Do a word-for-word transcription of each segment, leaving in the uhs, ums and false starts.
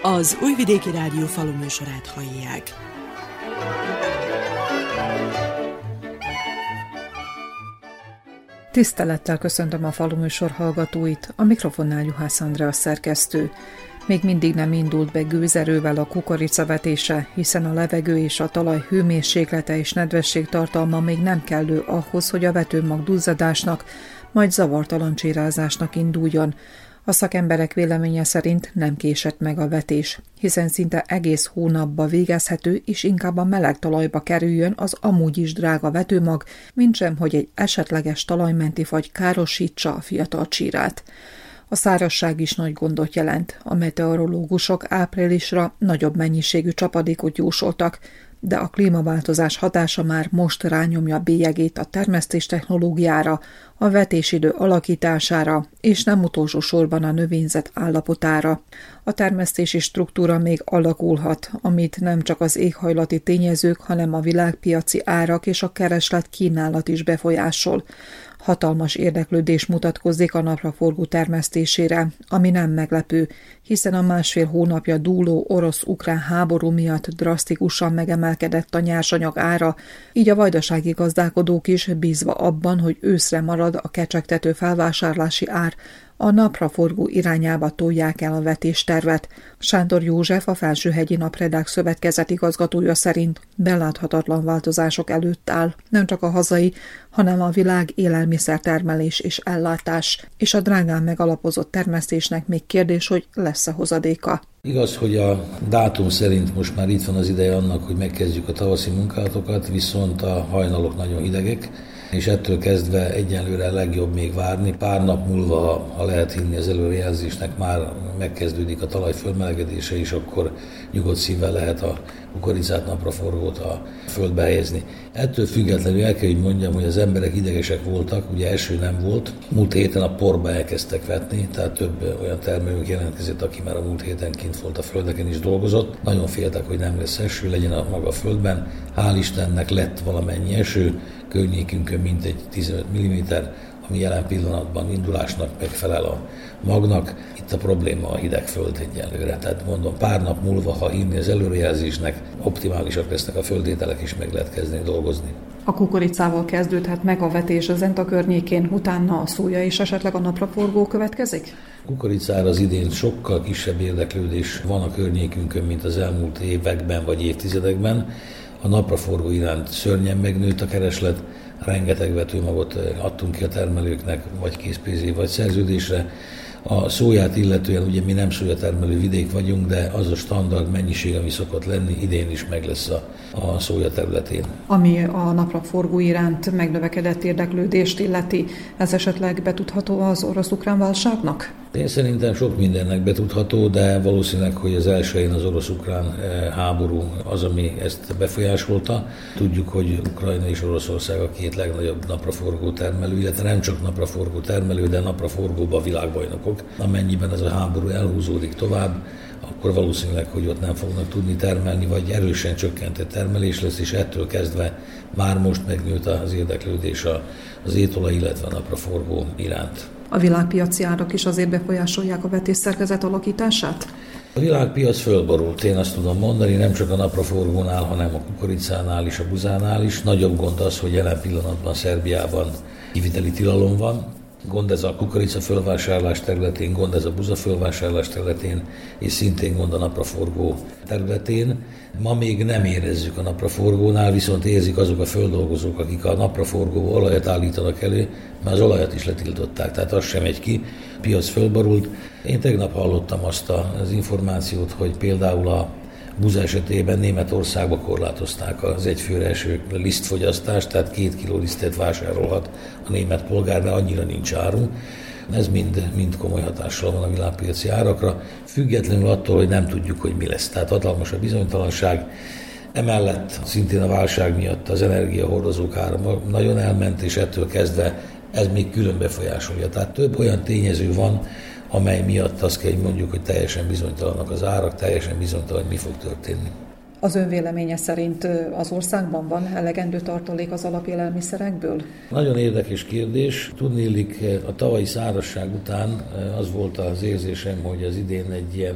Az Újvidéki Rádió faluműsorát hallják. Tisztelettel köszöntöm a faluműsor hallgatóit, a mikrofonnál Juhász Andrea szerkesztő. Még mindig nem indult be gőzerővel a kukoricavetése, hiszen a levegő és a talaj hőmérséklete és nedvesség tartalma még nem kellő ahhoz, hogy a vetőmag duzzadásnak, majd zavartalan csírázásnak induljon. A szakemberek véleménye szerint nem késett meg a vetés, hiszen szinte egész hónapba végezhető és inkább a meleg talajba kerüljön az amúgy is drága vetőmag, mintsem, hogy egy esetleges talajmenti fagy károsítsa a fiatal csírát. A szárazság is nagy gondot jelent. A meteorológusok áprilisra nagyobb mennyiségű csapadékot jósoltak, de a klímaváltozás hatása már most rányomja bélyegét a termesztés technológiára, a vetésidő alakítására, és nem utolsó sorban a növényzet állapotára. A termesztési struktúra még alakulhat, amit nem csak az éghajlati tényezők, hanem a világpiaci árak és a kereslet kínálat is befolyásol. Hatalmas érdeklődés mutatkozik a napraforgó termesztésére, ami nem meglepő, hiszen a másfél hónapja dúló orosz-ukrán háború miatt drasztikusan megemelkedett a nyersanyag ára, így a vajdasági gazdálkodók is bízva abban, hogy őszre marad a kecsegtető felvásárlási ár, a napraforgó irányába tolják el a vetéstervet. Sándor József, a Felsőhegyi Napredák Szövetkezet igazgatója szerint beláthatatlan változások előtt áll, nem csak a hazai, hanem a világ élelmiszertermelés és ellátás, és a drágán megalapozott termesztésnek még kérdés, hogy lesz-e hozadéka. Igaz, hogy a dátum szerint most már itt van az ideje annak, hogy megkezdjük a tavaszi munkálatokat, viszont a hajnalok nagyon hidegek, és ettől kezdve egyenlőre legjobb még várni. Pár nap múlva, ha, ha lehet hinni az előrejelzésnek, már megkezdődik a talaj fölmelegedése, és akkor nyugodt szívvel lehet a kukoricát, napraforgót a földbe helyezni. Ettől függetlenül el kell, hogy mondjam, hogy az emberek idegesek voltak, ugye eső nem volt. Múlt héten a porba elkezdtek vetni, tehát több olyan termelőnk jelentkezett, aki már a múlt héten kint volt a földeken is dolgozott. Nagyon féltek, hogy nem lesz eső, legyen a maga földben. Hál' Istennek lett valamennyi eső, környékünkön mintegy tizenöt milliméter, ami jelen pillanatban indulásnak megfelel a magnak. Itt a probléma a hideg föld egyelőre. Tehát mondom, pár nap múlva, ha hinni az előrejelzésnek, optimálisak lesznek a földételek, és meg lehet kezdeni dolgozni. A kukoricával kezdődhet meg a vetés az Zenta környékén, utána a szója és esetleg a napraforgó következik? Kukoricára az idén sokkal kisebb érdeklődés van a környékünkön, mint az elmúlt években vagy évtizedekben. A napraforgó iránt szörnyen megnőtt a kereslet, rengeteg vetőmagot adtunk ki a termelőknek, vagy készpénzé, vagy szerződésre. A szóját illetően ugye mi nem szójatermelő vidék vagyunk, de az a standard mennyiség, ami szokott lenni, idén is meg lesz a, a szója területén. Ami a napraforgó iránt megnövekedett érdeklődést illeti, ez esetleg betudható az orosz-ukrán válságnak? Én szerintem sok mindennek betudható, de valószínűleg, hogy az elsőjén az orosz-ukrán háború az, ami ezt befolyásolta. Tudjuk, hogy Ukrajna és Oroszország a két legnagyobb napraforgó termelő, illetve nem csak napraforgó termelő, de napraforgóban világbajnokok. Amennyiben ez a háború elhúzódik tovább, akkor valószínűleg, hogy ott nem fognak tudni termelni, vagy erősen csökkentett termelés lesz, és ettől kezdve már most megnőtt az érdeklődés az étolaj, illetve a napraforgó iránt. A világpiaci árak is azért befolyásolják a vetésszerkezet alakítását? A világpiac fölborult, én azt tudom mondani, nem csak a napraforgónál, hanem a kukoricánál is, a buzánál is. Nagyobb gond az, hogy jelen pillanatban Szerbiában kiviteli tilalom van. Gond ez a kukorica fölvásárlás területén, gond ez a buza fölvásárlás területén, és szintén gond a napraforgó területén. Ma még nem érezzük a napraforgónál, viszont érzik azok a földolgozók, akik a napraforgóból olajat állítanak elő, mert az olajat is letiltották, tehát az sem megy ki, a piac fölborult. Én tegnap hallottam azt az információt, hogy például a buza esetében Németországba korlátozták az egyfőre eső lisztfogyasztást, tehát két kiló lisztet vásárolhat a német polgár, mert annyira nincs áru. Ez mind, mind komoly hatással van a világpiaci árakra, függetlenül attól, hogy nem tudjuk, hogy mi lesz. Tehát hatalmas a bizonytalanság. Emellett szintén a válság miatt az energiahordozók ára nagyon elment, és ettől kezdve ez még külön befolyásolja. Tehát több olyan tényező van, amely miatt azt kell, hogy mondjuk, hogy teljesen bizonytalanak az árak, teljesen bizonytalan, hogy mi fog történni. Az ön véleménye szerint az országban van elegendő tartalék az alapélelmiszerekből? Nagyon érdekes kérdés. Tudniillik, a tavalyi szárazság után az volt az érzésem, hogy az idén egy ilyen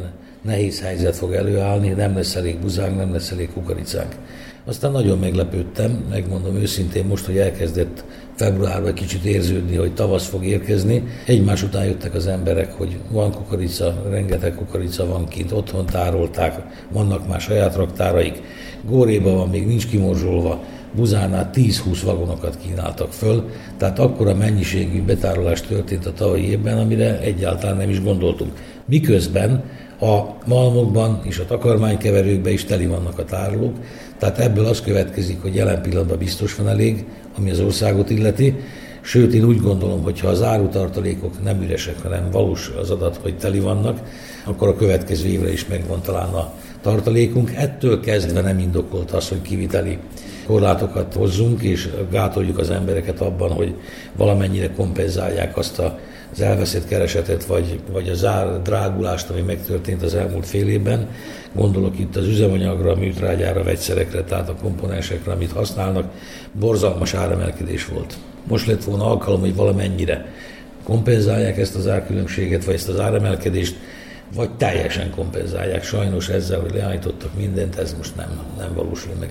nehéz helyzet fog előállni, nem lesz elég buzánk, nem lesz elég kukoricánk. Aztán nagyon meglepődtem, megmondom őszintén most, hogy elkezdett februárban kicsit érződni, hogy tavasz fog érkezni. Egymás után jöttek az emberek, hogy van kukorica, rengeteg kukorica van kint, otthon tárolták, vannak már saját raktáraik. Góréban van, még nincs kimorzsolva, Buzánál tíz-húsz vagonokat kínáltak föl, tehát akkora mennyiségű betárolás történt a tavalyi évben, amire egyáltalán nem is gondoltunk. Miközben a malmokban és a takarmánykeverőkben is teli vannak a tárolók, tehát ebből az következik, hogy jelen pillanatban biztos van elég, ami az országot illeti, sőt én úgy gondolom, hogy ha az árutartalékok nem üresek, hanem valós az adat, hogy teli vannak, akkor a következő évre is megvan talán a tartalékunk. Ettől kezdve nem indokolt az, hogy kiviteli korlátokat hozzunk, és gátoljuk az embereket abban, hogy valamennyire kompenzálják azt a az elveszett keresetet, vagy, vagy az ár drágulást, ami megtörtént az elmúlt fél évben. Gondolok itt az üzemanyagra, a műtrágyára, vegyszerekre, tehát a komponensekre, amit használnak. Borzalmas áremelkedés volt. Most lett volna alkalom, hogy valamennyire kompenzálják ezt az árkülönbséget, vagy ezt az áremelkedést, vagy teljesen kompenzálják. Sajnos ezzel, hogy leállítottak mindent, ez most nem, nem valósul meg.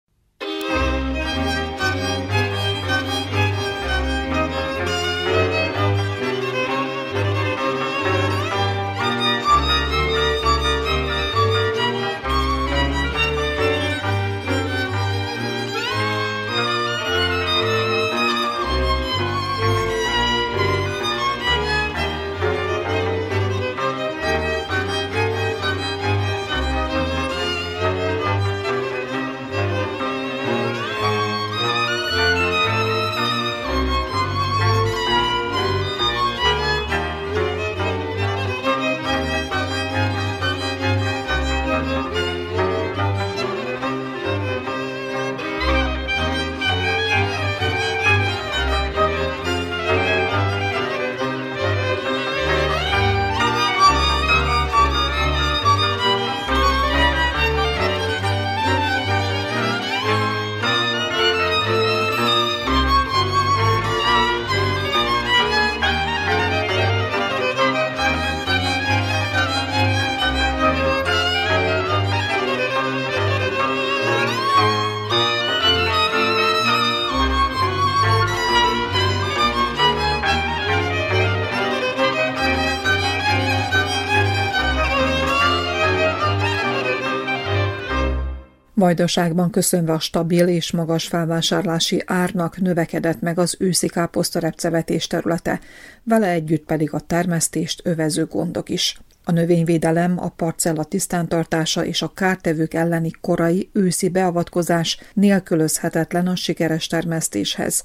Vajdaságban köszönve a stabil és magas felvásárlási árnak növekedett meg az őszi káposztarepcevetés területe, vele együtt pedig a termesztést övező gondok is. A növényvédelem, a parcella tisztántartása és a kártevők elleni korai őszi beavatkozás nélkülözhetetlen a sikeres termesztéshez.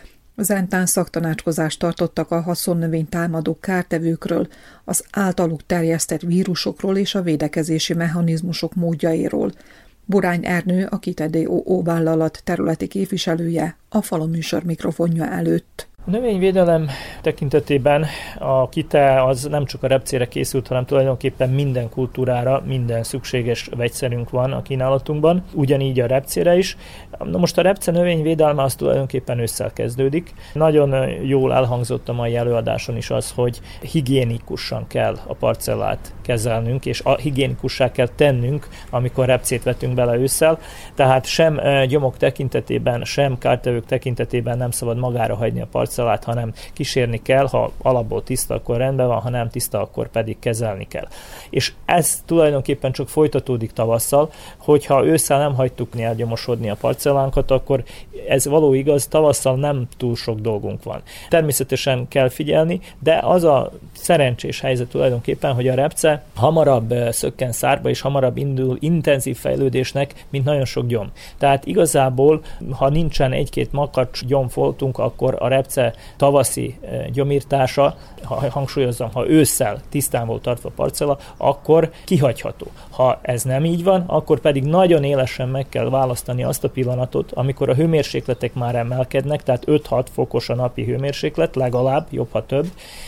Zentán szaktanácskozást tartottak a haszonnövény támadó kártevőkről, az általuk terjesztett vírusokról és a védekezési mechanizmusok módjairól. Burány Ernő, a Kite dé o o vállalat területi képviselője, a Faluműsor mikrofonja előtt. A növényvédelem tekintetében a Kite az nem csak a repcére készült, hanem tulajdonképpen minden kultúrára, minden szükséges vegyszerünk van a kínálatunkban, ugyanígy a repcére is. Na most a repce növényvédelme az tulajdonképpen ősszel kezdődik. Nagyon jól elhangzott a mai előadáson is az, hogy higiénikusan kell a parcellát kezelnünk, és a higiénikussá kell tennünk, amikor repcét vetünk bele ősszel. Tehát sem gyomok tekintetében, sem kártevők tekintetében nem szabad magára hagyni a parcellát, hanem kísérni kell, ha alapból tiszta, akkor rendben van, ha nem tiszta, akkor pedig kezelni kell. És ez tulajdonképpen csak folytatódik tavasszal, hogyha ősszel nem hagytuk elgyomosodni a parcellánkat, akkor ez való igaz, tavasszal nem túl sok dolgunk van. Természetesen kell figyelni, de az a szerencsés helyzet tulajdonképpen, hogy a repce hamarabb szökken szárba, és hamarabb indul intenzív fejlődésnek, mint nagyon sok gyom. Tehát igazából, ha nincsen egy-két makacs gyomfoltunk, akkor a repce tavaszi gyomírtása, ha hangsúlyozom, ha ősszel tisztán volt tartva a parcella, akkor kihagyható. Ha ez nem így van, akkor pedig nagyon élesen meg kell választani azt a pillanatot, amikor a hőmérsékletek már emelkednek, tehát öt-hat fokos a napi hőmérséklet, legalább, jobb, ha több,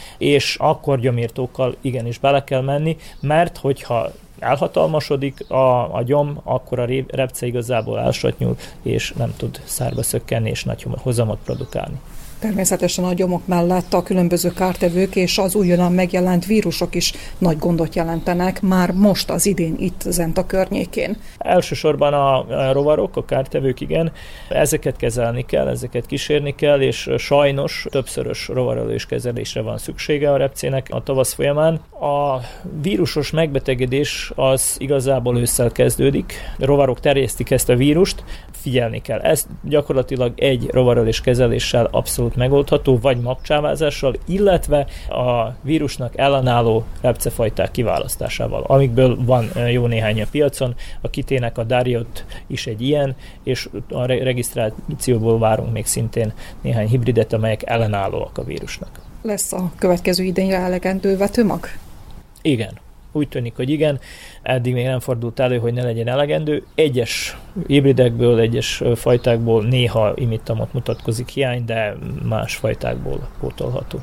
és akkor gyomírtókkal igenis bele kell menni, mert hogyha elhatalmasodik a, a gyom, akkor a repce igazából elsatnyul, és nem tud szárba szökkenni, és nagy hozamot produkálni. Természetesen a gyomok mellett a különböző kártevők és az újonnan megjelent vírusok is nagy gondot jelentenek már most az idén itt zent a környékén. Elsősorban a rovarok, a kártevők, igen, ezeket kezelni kell, ezeket kísérni kell, és sajnos többszörös rovarölés kezelésre van szüksége a repcének a tavasz folyamán. A vírusos megbetegedés az igazából ősszel kezdődik. A rovarok terjesztik ezt a vírust, figyelni kell. Ez gyakorlatilag egy rovarölés kezeléssel abszolút megoldható, vagy magcsávázással, illetve a vírusnak ellenálló repcefajták kiválasztásával, amikből van jó néhány a piacon. A kitének a Dariot is egy ilyen, és a regisztrációból várunk még szintén néhány hibridet, amelyek ellenállóak a vírusnak. Lesz a következő idényre elegendő vetőmag? Igen. Úgy tűnik, hogy igen, eddig még nem fordult elő, hogy ne legyen elegendő. Egyes hibridekből, egyes fajtákból néha imittamot mutatkozik hiány, de más fajtákból pótolható.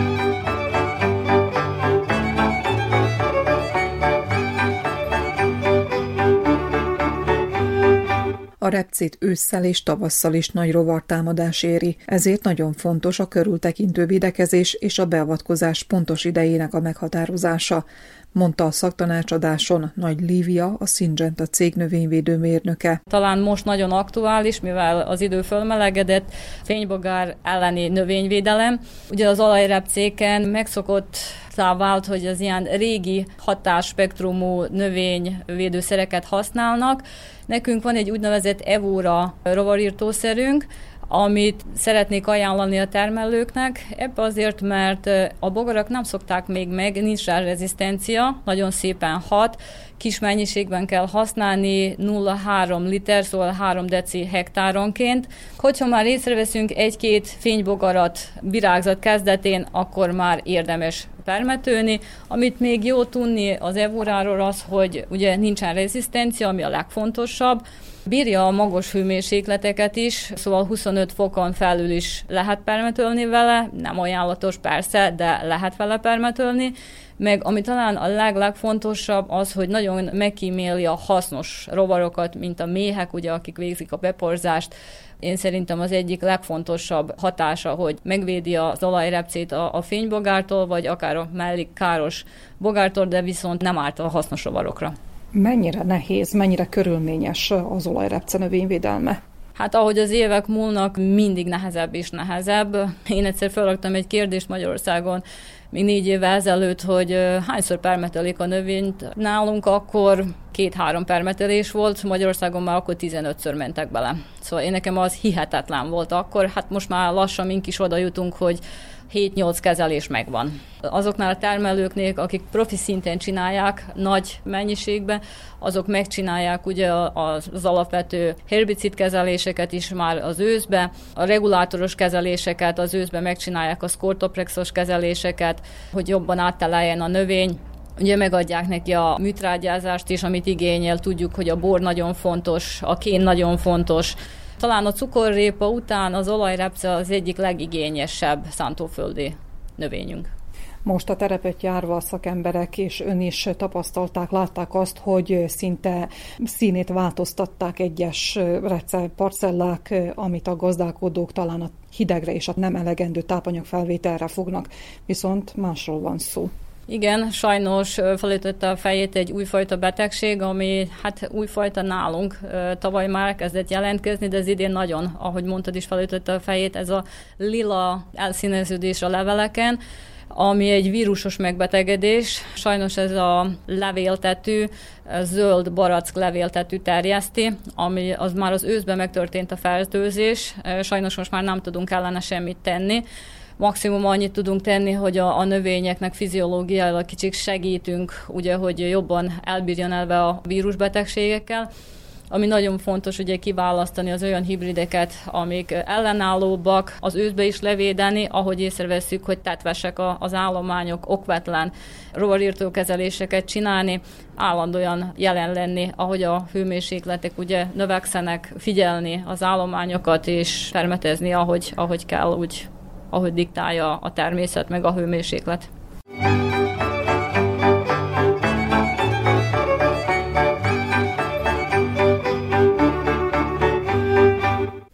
A repcét ősszel és tavasszal is nagy rovartámadás éri, ezért nagyon fontos a körültekintő védekezés és a beavatkozás pontos idejének a meghatározása, mondta a szaktanácsadáson Nagy Lívia, a Syngenta cég növényvédő mérnöke. Talán most nagyon aktuális, mivel az idő fölmelegedett, fénybogár elleni növényvédelem. Ugye az olajrepcéken megszokott vált, hogy az ilyen régi hatásspektrumú növényvédőszereket használnak. Nekünk van egy úgynevezett Evora rovarírtószerünk, amit szeretnék ajánlani a termelőknek. Ebbe azért, mert a bogarak nem szokták még meg, nincs rá rezisztencia, nagyon szépen hat, kis mennyiségben kell használni, nulla egész három liter, szóval három deci hektáronként. Hogyha már észreveszünk egy-két fénybogarat virágzat kezdetén, akkor már érdemes permetölni. Amit még jó tudni az Evoráról az, hogy ugye nincsen rezisztencia, ami a legfontosabb. Bírja a magas hőmérsékleteket is, szóval huszonöt fokon felül is lehet permetölni vele, nem ajánlatos persze, de lehet vele permetölni. Meg ami talán a leg-legfontosabb az, hogy nagyon megkíméli a hasznos rovarokat, mint a méhek, ugye, akik végzik a beporzást. Én szerintem az egyik legfontosabb hatása, hogy megvédi az olajrepcét a, a fénybogártól, vagy akár a mellék káros bogártól, de viszont nem árt a hasznos rovarokra. Mennyire nehéz, mennyire körülményes az olajrepce növényvédelme? Hát ahogy az évek múlnak, mindig nehezebb és nehezebb. Én egyszer felraktam egy kérdést Magyarországon, még négy évvel ezelőtt, hogy hányszor permetelik a növényt. Nálunk akkor két-három permetelés volt, Magyarországon már akkor tizenötször mentek bele. Szóval én nekem az hihetetlen volt akkor, hát most már lassan mink is oda jutunk, hogy hét-nyolc kezelés megvan. Azoknál a termelőknél, akik profi szinten csinálják nagy mennyiségben, azok megcsinálják ugye az alapvető herbicid kezeléseket is már az őszbe, a regulátoros kezeléseket az őszbe megcsinálják, a skortoprexos kezeléseket, hogy jobban átteleljen a növény. Ugye megadják neki a műtrágyázást is, amit igényel, tudjuk, hogy a bor nagyon fontos, a kén nagyon fontos. Talán a cukorrépa után az olajrepce az egyik legigényesebb szántóföldi növényünk. Most a terepet járva a szakemberek és ön is tapasztalták, látták azt, hogy szinte színét változtatták egyes repceparcellák, amit a gazdálkodók talán a hidegre és a nem elegendő tápanyagfelvételre fognak, viszont másról van szó. Igen, sajnos felütötte a fejét egy újfajta betegség, ami hát újfajta nálunk tavaly már kezdett jelentkezni, de az idén nagyon, ahogy mondtad is, felütötte a fejét, ez a lila elszíneződés a leveleken, ami egy vírusos megbetegedés. Sajnos ez a levéltetű, zöld barack levéltetű terjeszti, ami az már az őszben megtörtént a fertőzés. Sajnos most már nem tudunk ellene semmit tenni. Maximum annyit tudunk tenni, hogy a, a növényeknek fiziológiailag kicsit segítünk, ugye, hogy jobban elbírjon elve a vírusbetegségekkel. Ami nagyon fontos, ugye kiválasztani az olyan hibrideket, amik ellenállóbbak, az őszbe is levédeni, ahogy észreveszünk, hogy tetvesek az állományok, okvetlen rovarírtókezeléseket csinálni, állandóan jelen lenni, ahogy a hőmérsékletek ugye növekszenek, figyelni az állományokat és permetezni, ahogy, ahogy kell, úgy, ahogy diktálja a természet meg a hőmérséklet.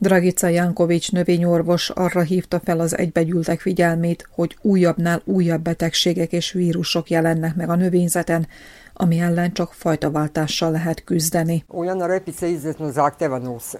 Dragica Jankovics növényorvos arra hívta fel az egybegyűltek figyelmét, hogy újabbnál újabb betegségek és vírusok jelennek meg a növényzeten, ami ellen csak fajtaváltással lehet küzdeni. Uljana repica je izuzetno zahtevan usjev.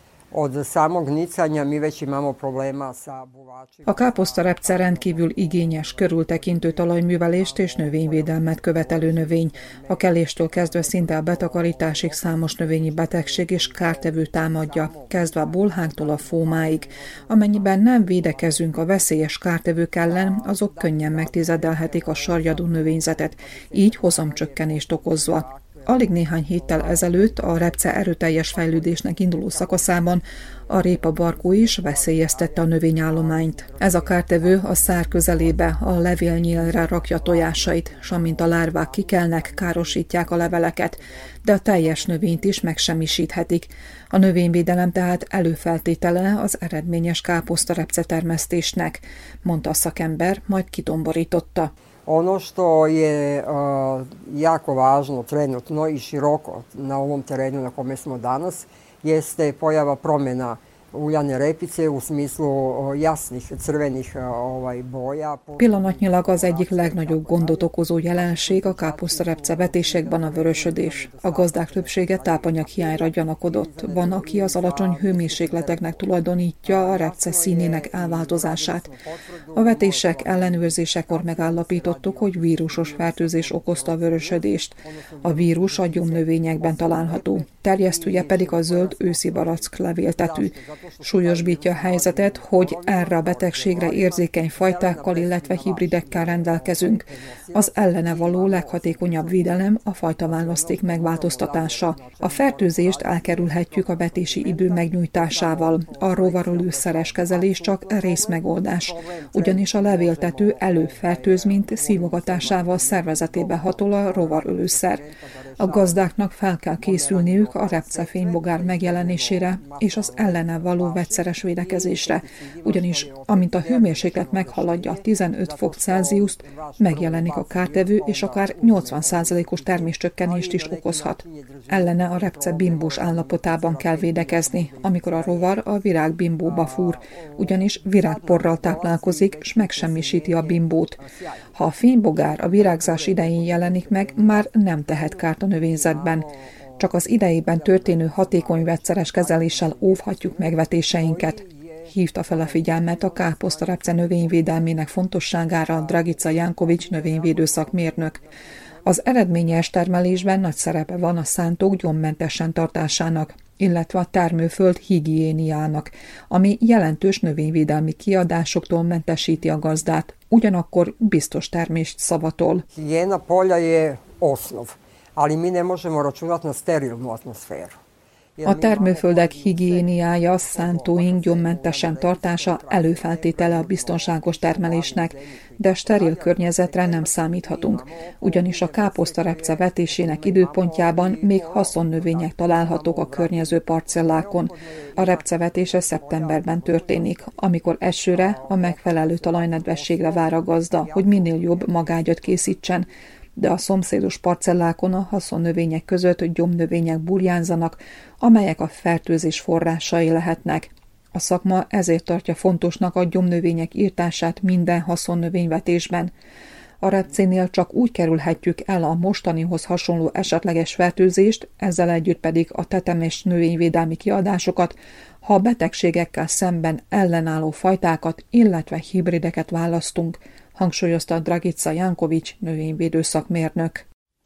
Od samog nicanja mi već imamo problema sa buvačima. A káposztarepce rendkívül igényes, körültekintő talajművelést és növényvédelmet követelő növény. A keléstől kezdve szinte a betakarításig számos növényi betegség és kártevő támadja, kezdve a bolháktól a fómáig. Amennyiben nem védekezünk a veszélyes kártevők ellen, azok könnyen megtizedelhetik a sarjadó növényzetet, így hozamcsökkenést okozva. Alig néhány héttel ezelőtt a repce erőteljes fejlődésnek induló szakaszában a répabarkó is veszélyeztette a növényállományt. Ez a kártevő a szár közelébe a levélnyílre rakja tojásait, s amint a lárvák kikelnek, károsítják a leveleket, de a teljes növényt is megsemmisíthetik. A növényvédelem tehát előfeltétele az eredményes káposztarepce termesztésnek, mondta a szakember, majd kidomborította. Ono što je uh, jako važno trenutno i široko na ovom terenu na kome smo danas jeste pojava promjena uljane repice u smislu jasnih crvenih ovaj, boja. Pillanatnyilag az egyik legnagyobb gondot okozó jelenség a káposztarepce vetésekben a vörösödés. A gazdák többsége tápanyaghiányra gyanakodott. Van, aki az alacsony hőmérsékleteknek tulajdonítja a repce színének elváltozását. A vetések ellenőrzésekor megállapítottuk, hogy vírusos fertőzés okozta a vörösödést. A vírus a gyomnövényekben található. Terjesztője pedig a zöld őszi barack levéltetű. Súlyosbítja a helyzetet, hogy erre a betegségre érzékeny fajtákkal, illetve hibridekkel rendelkezünk. Az ellene való leghatékonyabb védelem a fajtaválaszték megváltoztatása. A fertőzést elkerülhetjük a vetési idő megnyújtásával. A rovarölőszeres kezelés csak részmegoldás, ugyanis a levéltető előbb fertőz, mint szívogatásával szervezetébe hatol a rovarölőszer. A gazdáknak fel kell készülniük a repcefénybogár megjelenésére és az ellene való vegyszeres védekezésre, ugyanis amint a hőmérséklet meghaladja a tizenöt fok Celsiust, megjelenik a kártevő és akár nyolcvan százalékos terméscsökkenést is okozhat. Ellene a repce bimbós állapotában kell védekezni, amikor a rovar a virágbimbóba fúr, ugyanis virágporral táplálkozik, s megsemmisíti a bimbót. Ha a fénybogár a virágzás idején jelenik meg, már nem tehet kárt a növényzetben. Csak az idejében történő hatékony vegyszeres kezeléssel óvhatjuk megvetéseinket. Hívta fel a figyelmet a káposztarepce növényvédelmének fontosságára Dragica Jankovics növényvédő szakmérnök. Az eredményes termelésben nagy szerepe van a szántók gyommentesen tartásának, illetve a termőföld higiéniának, ami jelentős növényvédelmi kiadásoktól mentesíti a gazdát, ugyanakkor biztos termést szavatol. Higiena polja je osnov, ali mi ne možemo računati na sterilnu atmosferu. A termőföldek higiéniája, szántóink gyommentesen tartása előfeltétele a biztonságos termelésnek, de steril környezetre nem számíthatunk, ugyanis a káposztarepce vetésének időpontjában még haszonnövények találhatók a környező parcellákon. A repcevetése szeptemberben történik, amikor esőre, a megfelelő talajnedvességre vár a gazda, hogy minél jobb magágyat készítsen, de a szomszédos parcellákon a haszonnövények között gyomnövények burjánzanak, amelyek a fertőzés forrásai lehetnek. A szakma ezért tartja fontosnak a gyomnövények írtását minden haszonnövényvetésben. A repcénél csak úgy kerülhetjük el a mostanihoz hasonló esetleges fertőzést, ezzel együtt pedig a tetemes növényvédelmi kiadásokat, ha a betegségekkel szemben ellenálló fajtákat, illetve hibrideket választunk, hangsúlyozta Dragica Jankovics növényvédő szakmérnök.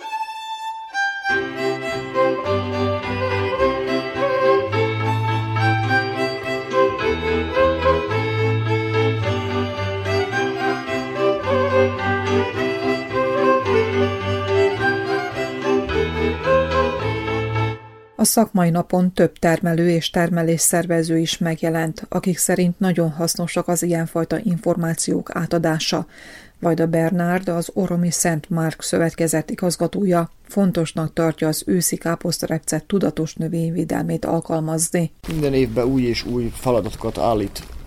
A szakmai napon több termelő és termelésszervező is megjelent, akik szerint nagyon hasznosak az ilyenfajta információk átadása. Vajda Bernárd, az Oromi Szent Márk szövetkezet igazgatója, fontosnak tartja az őszi káposztarepce tudatos növényvédelmét alkalmazni. Minden évben új és új feladatokat állít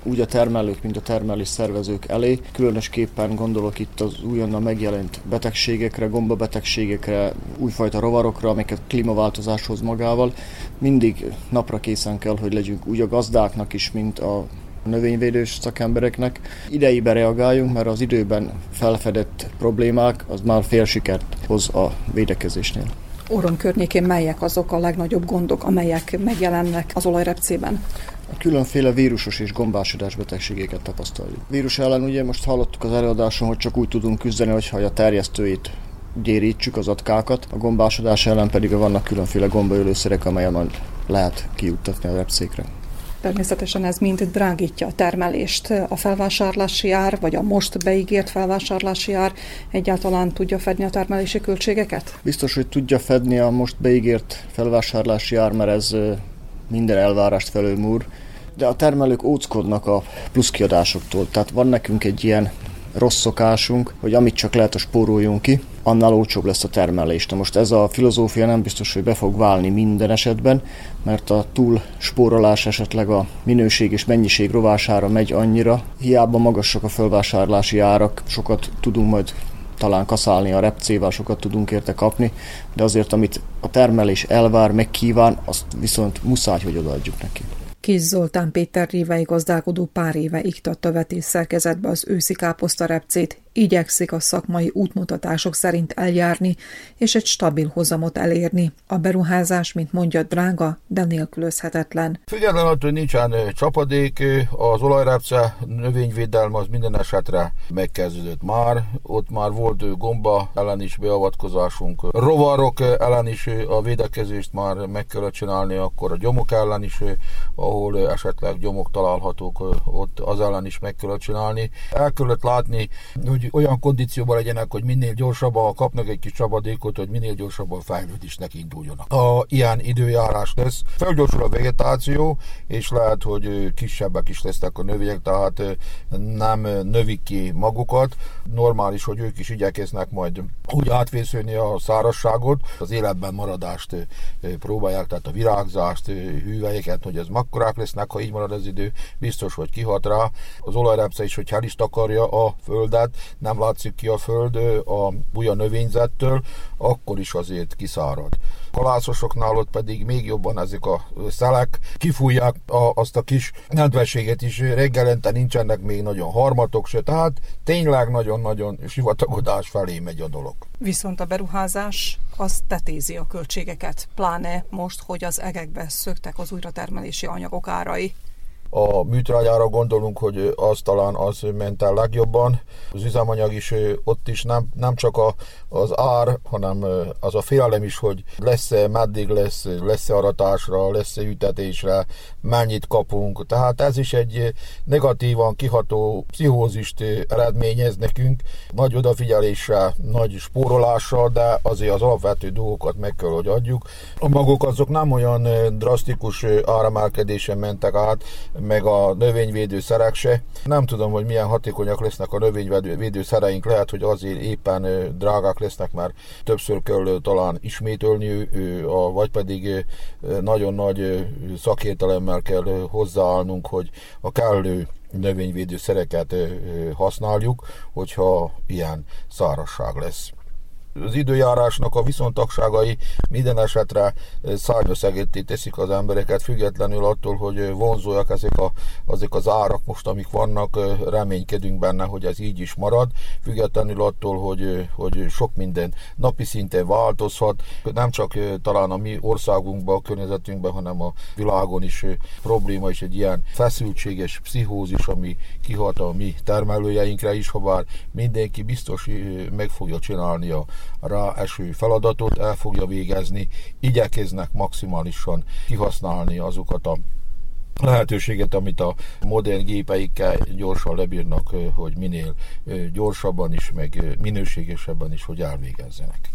úgy a termelők, mint a termelés szervezők elé. Különösképpen gondolok itt az újonnan megjelent betegségekre, gombabetegségekre, újfajta rovarokra, amiket klímaváltozás hoz magával. Mindig napra készen kell, hogy legyünk úgy a gazdáknak is, mint a növényvédős szakembereknek. Idejében reagáljunk, mert az időben felfedett problémák az már fél sikert hoz a védekezésnél. Óron környékén melyek azok a legnagyobb gondok, amelyek megjelennek az olajrepcében? A különféle vírusos és gombásodás betegségeket tapasztaljuk. Vírus ellen ugye most hallottuk az előadáson, hogy csak úgy tudunk küzdeni, hogyha a terjesztőit gyérítsük, az atkákat. A gombásodás ellen pedig vannak különféle gombaölőszerek, amelyen lehet kijuttatni a repcékre. Természetesen ez mind drágítja a termelést. A felvásárlási ár, vagy a most beígért felvásárlási ár egyáltalán tudja fedni a termelési költségeket? Biztos, hogy tudja fedni a most beígért felvásárlási ár, mert ez minden elvárást felülmúr, de a termelők óckodnak a pluszkiadásoktól. Tehát van nekünk egy ilyen rossz szokásunk, hogy amit csak lehet, a spóroljunk ki, annál olcsóbb lesz a termelés. Na most ez a filozófia nem biztos, hogy be fog válni minden esetben, mert a túl spórolás esetleg a minőség és mennyiség rovására megy annyira. Hiába magasak a felvásárlási árak, sokat tudunk majd talán kaszálni a repcével, sokat tudunk érte kapni, de azért, amit a termelés elvár, megkíván, azt viszont muszáj, hogy odaadjuk neki. Kis Zoltán Péter rívei gazdálkodó pár éve iktatta vetésszerkezetbe az őszi káposztarepcét, igyekszik a szakmai útmutatások szerint eljárni, és egy stabil hozamot elérni. A beruházás, mint mondja, drága, de nélkülözhetetlen. Függetlenül, hogy nincsen csapadék, az olajrepce növényvédelme az minden esetre megkezdődött már. Ott már volt gomba ellen is beavatkozásunk, rovarok ellen is a védekezést már meg kellett csinálni, akkor a gyomok ellen is, ahol esetleg gyomok találhatók, ott az ellen is meg kellett csinálni. El kellett látni, hogy olyan kondícióban legyenek, hogy minél gyorsabban, ha kapnak egy kis csapadékot, hogy minél gyorsabban fejlődésnek induljanak. A ilyen időjárás lesz, felgyorsul a vegetáció, és lehet, hogy kisebbek is lesznek a növények, tehát nem növik ki magukat. Normális, hogy ők is igyekeznek majd úgy átvészülni a szárazságot, az életben maradást próbálják, tehát a virágzást, hüvelyeket, hogy ez makkorák lesznek, ha így marad az idő, biztos, hogy kihat rá. Az olajrepce is, hogy el is takarja a földet, nem látszik ki a föld a buja növényzettől, akkor is azért kiszárad. Kalászosoknál ott pedig még jobban ezek a szelek kifújják a, azt a kis nedvességet is, reggelente nincsenek még nagyon harmatok se, tehát tényleg nagyon-nagyon sivatagodás felé megy a dolog. Viszont a beruházás az tetézi a költségeket, pláne most, hogy az egekbe szöktek az újratermelési anyagok árai. A műtrágyára gondolunk, hogy az talán az ment el legjobban. Az üzemanyag is ott is nem, nem csak a, az ár, hanem az a félelem is, hogy lesz-e, meddig lesz, lesz-e aratásra, lesz-e ültetésre, mennyit kapunk. Tehát ez is egy negatívan kiható pszichózist eredményez nekünk. Nagy odafigyeléssel, nagy spórolással, de azért az alapvető dolgokat meg kell, hogy adjuk. A maguk azok nem olyan drasztikus áremelkedésen mentek át, meg a növényvédőszerek se. Nem tudom, hogy milyen hatékonyak lesznek a növényvédőszereink, lehet, hogy azért éppen drágák lesznek, mert többször kell talán ismételni, vagy pedig nagyon nagy szakértelemmel kell hozzáállnunk, hogy a kellő növényvédőszereket használjuk, hogyha ilyen szárazság lesz. Az időjárásnak a viszontagságai minden esetre szárnyaszegetté teszik az embereket, függetlenül attól, hogy vonzóak ezek, a, ezek az árak most, amik vannak, reménykedünk benne, hogy ez így is marad, függetlenül attól, hogy, hogy sok minden napi szinten változhat, nem csak talán a mi országunkban, a környezetünkben, hanem a világon is probléma, és egy ilyen feszültséges pszichózis, ami kihat a mi termelőjeinkre is, ha bár mindenki biztos meg fogja csinálni a rá eső feladatot, el fogja végezni, igyekeznek maximálisan kihasználni azokat a lehetőséget, amit a modern gépeikkel gyorsan lebírnak, hogy minél gyorsabban is, meg minőségesebben is, hogy elvégezzenek.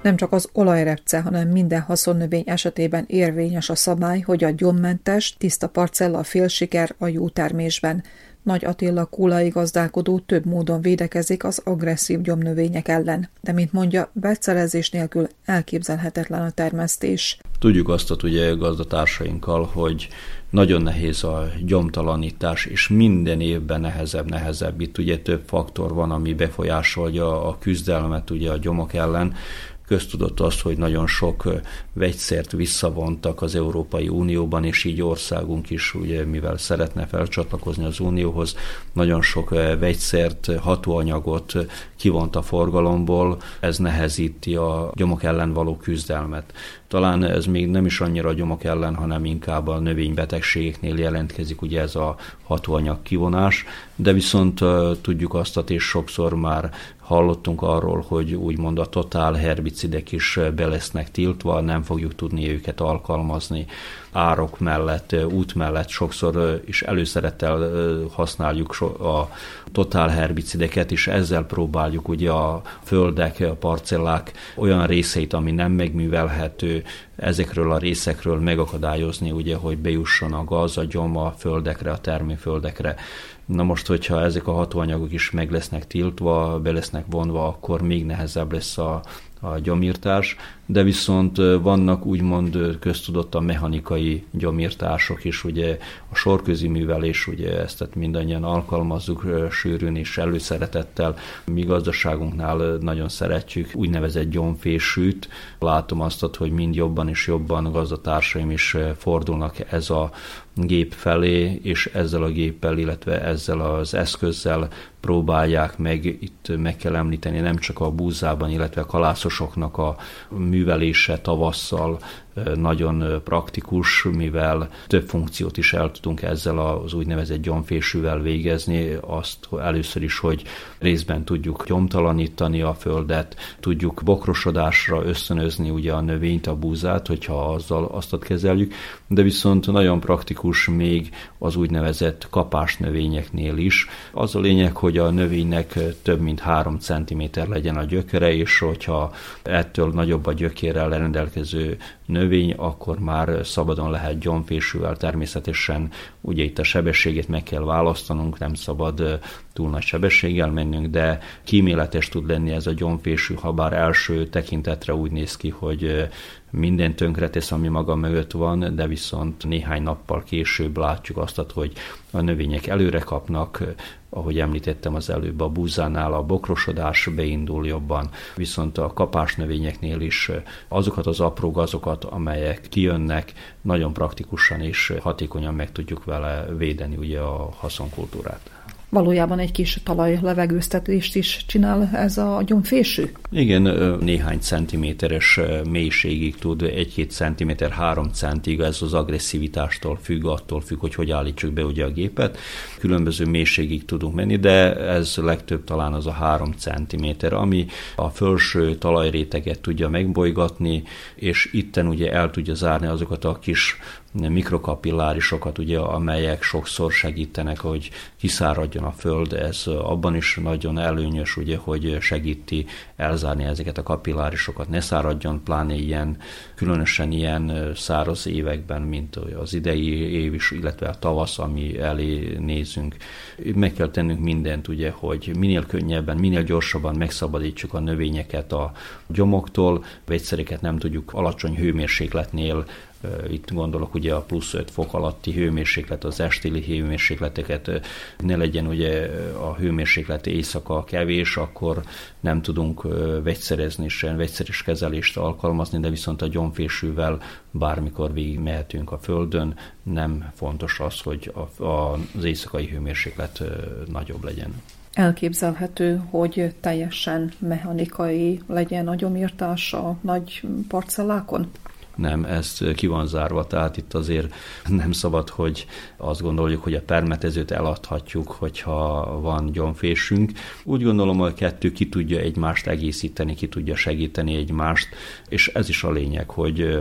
Nem csak az olajrepce, hanem minden haszonnövény esetében érvényes a szabály, hogy a gyommmentes, tiszta parcella a félsiker a jó termésben. Nagy Attila kúlai gazdálkodó több módon védekezik az agresszív gyomnövények ellen, de mint mondja, vegyszerezés nélkül elképzelhetetlen a termesztés. Tudjuk azt a ugye gazdatársainkkal, hogy nagyon nehéz a gyomtalanítás, és minden évben nehezebb, nehezebb. Itt ugye több faktor van, ami befolyásolja a küzdelmet ugye a gyomok ellen. Köztudott az, hogy nagyon sok vegyszert visszavontak az Európai Unióban, és így országunk is, ugye, mivel szeretne felcsatlakozni az Unióhoz, nagyon sok vegyszert, hatóanyagot kivont a forgalomból, ez nehezíti a gyomok ellen való küzdelmet. Talán ez még nem is annyira a gyomok ellen, hanem inkább a növénybetegségeknél jelentkezik ugye ez a hatóanyag kivonás, de viszont uh, tudjuk azt, és sokszor már hallottunk arról, hogy úgymond a totál herbicidek is be lesznek tiltva, nem fogjuk tudni őket alkalmazni. Árok mellett, út mellett sokszor is előszerettel használjuk a totál herbicideket, és ezzel próbáljuk ugye a földek, a parcellák olyan részeit, ami nem megművelhető, ezekről a részekről megakadályozni, ugye, hogy bejusson a gaz, a gyom a földekre, a termőföldekre. Na most, hogyha ezek a hatóanyagok is meg lesznek tiltva, be lesznek vonva, akkor még nehezebb lesz a a gyomírtás, de viszont vannak úgymond köztudott a mechanikai gyomírtások is, ugye a sorközi művelés, ugye ezt tehát mindannyian alkalmazzuk sűrűn és előszeretettel. Mi gazdaságunknál nagyon szeretjük úgynevezett gyomfésűt. Látom azt, hogy mind jobban és jobban gazdatársaim is fordulnak ez a gép felé, és ezzel a géppel, illetve ezzel az eszközzel próbálják meg, itt meg kell említeni, nem csak a búzában, illetve a kalászosoknak a művelése tavasszal nagyon praktikus, mivel több funkciót is el tudunk ezzel az úgynevezett gyomfésűvel végezni. Azt először is, hogy részben tudjuk gyomtalanítani a földet, tudjuk bokrosodásra ösztönözni ugye a növényt, a búzát, hogyha azzal azt kezeljük, de viszont nagyon praktikus még az úgynevezett kapás növényeknél is. Az a lényeg, hogy a növénynek több mint három centiméter legyen a gyökere, és hogyha ettől nagyobb a gyökérrel rendelkező növény, akkor már szabadon lehet gyomfésűvel. Természetesen ugye itt a sebességét meg kell választanunk, nem szabad túl nagy sebességgel mennünk, de kíméletes tud lenni ez a gyomfésű, ha bár első tekintetre úgy néz ki, hogy minden tönkretesz, ami maga mögött van, de viszont néhány nappal később látjuk azt, hogy a növények előre kapnak, ahogy említettem az előbb, a búzánál a bokrosodás beindul jobban, viszont a kapás növényeknél is azokat az apró gazokat, amelyek kijönnek, nagyon praktikusan és hatékonyan meg tudjuk vele védeni ugye a haszonkultúrát. Valójában egy kis talajlevegőztetést is csinál ez a gyomfésű? Igen, néhány centiméteres mélységig tud, egy-két centiméter, három centig, ez az agresszivitástól függ, attól függ, hogy hogy állítsuk be ugye a gépet. Különböző mélységig tudunk menni, de ez legtöbb talán az a három centiméter, ami a felső talajréteget tudja megbolygatni, és itten ugye el tudja zárni azokat a kis mikrokapillárisokat, ugye, amelyek sokszor segítenek, hogy kiszáradjon a föld. Ez abban is nagyon előnyös, ugye, hogy segíti elzárni ezeket a kapillárisokat, ne száradjon, pláne ilyen, különösen ilyen száraz években, mint az idei év is, illetve a tavasz, ami elé nézünk. Meg kell tennünk mindent, ugye, hogy minél könnyebben, minél gyorsabban megszabadítsuk a növényeket a gyomoktól, vegyszereket nem tudjuk alacsony hőmérsékletnél, itt gondolok ugye a plusz öt fok alatti hőmérséklet, az estéli hőmérsékleteket, ne legyen ugye a hőmérséklet éjszaka kevés, akkor nem tudunk vegyszerezni, sem vegyszeres kezelést alkalmazni, de viszont a gyomfésűvel bármikor végig mehetünk a földön, nem fontos az, hogy a, a, az éjszakai hőmérséklet nagyobb legyen. Elképzelhető, hogy teljesen mechanikai legyen a gyomírtás a nagy parcellákon? Nem, ez ki van zárva, tehát itt azért nem szabad, hogy azt gondoljuk, hogy a permetezőt eladhatjuk, hogyha van gyomfésünk. Úgy gondolom, hogy a kettő ki tudja egymást egészíteni, ki tudja segíteni egymást, és ez is a lényeg, hogy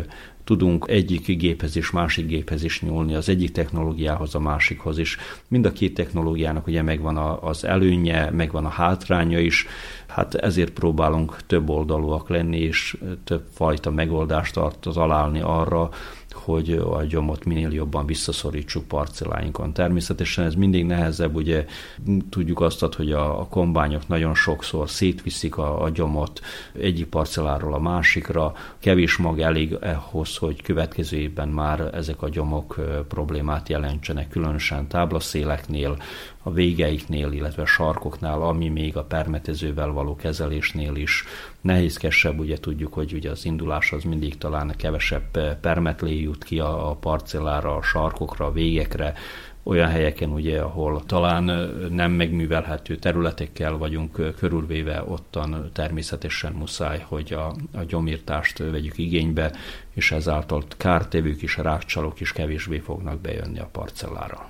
tudunk egyik géphez is, másik géphez is nyúlni, az egyik technológiához, a másikhoz is. Mind a két technológiának ugye megvan az előnye, megvan a hátránya is, hát ezért próbálunk több oldalúak lenni, és több fajta megoldást találni arra, hogy a gyomot minél jobban visszaszorítsuk parcelláinkon. Természetesen ez mindig nehezebb, ugye tudjuk azt, hogy a, a kombányok nagyon sokszor szétviszik a, a gyomot egyik parcelláról a másikra, kevés mag elég ahhoz, hogy következő évben már ezek a gyomok problémát jelentsenek, különösen táblaszéleknél, a végeiknél, illetve a sarkoknál, ami még a permetezővel való kezelésnél is nehézkesebb. Ugye tudjuk, hogy ugye az indulás az mindig talán kevesebb permetlé jut ki a, a parcellára, a sarkokra, a végekre, olyan helyeken, ugye, ahol talán nem megművelhető területekkel vagyunk körülvéve, ottan természetesen muszáj, hogy a, a gyomírtást vegyük igénybe, és ezáltal kártevők és rákcsalók is kevésbé fognak bejönni a parcellára.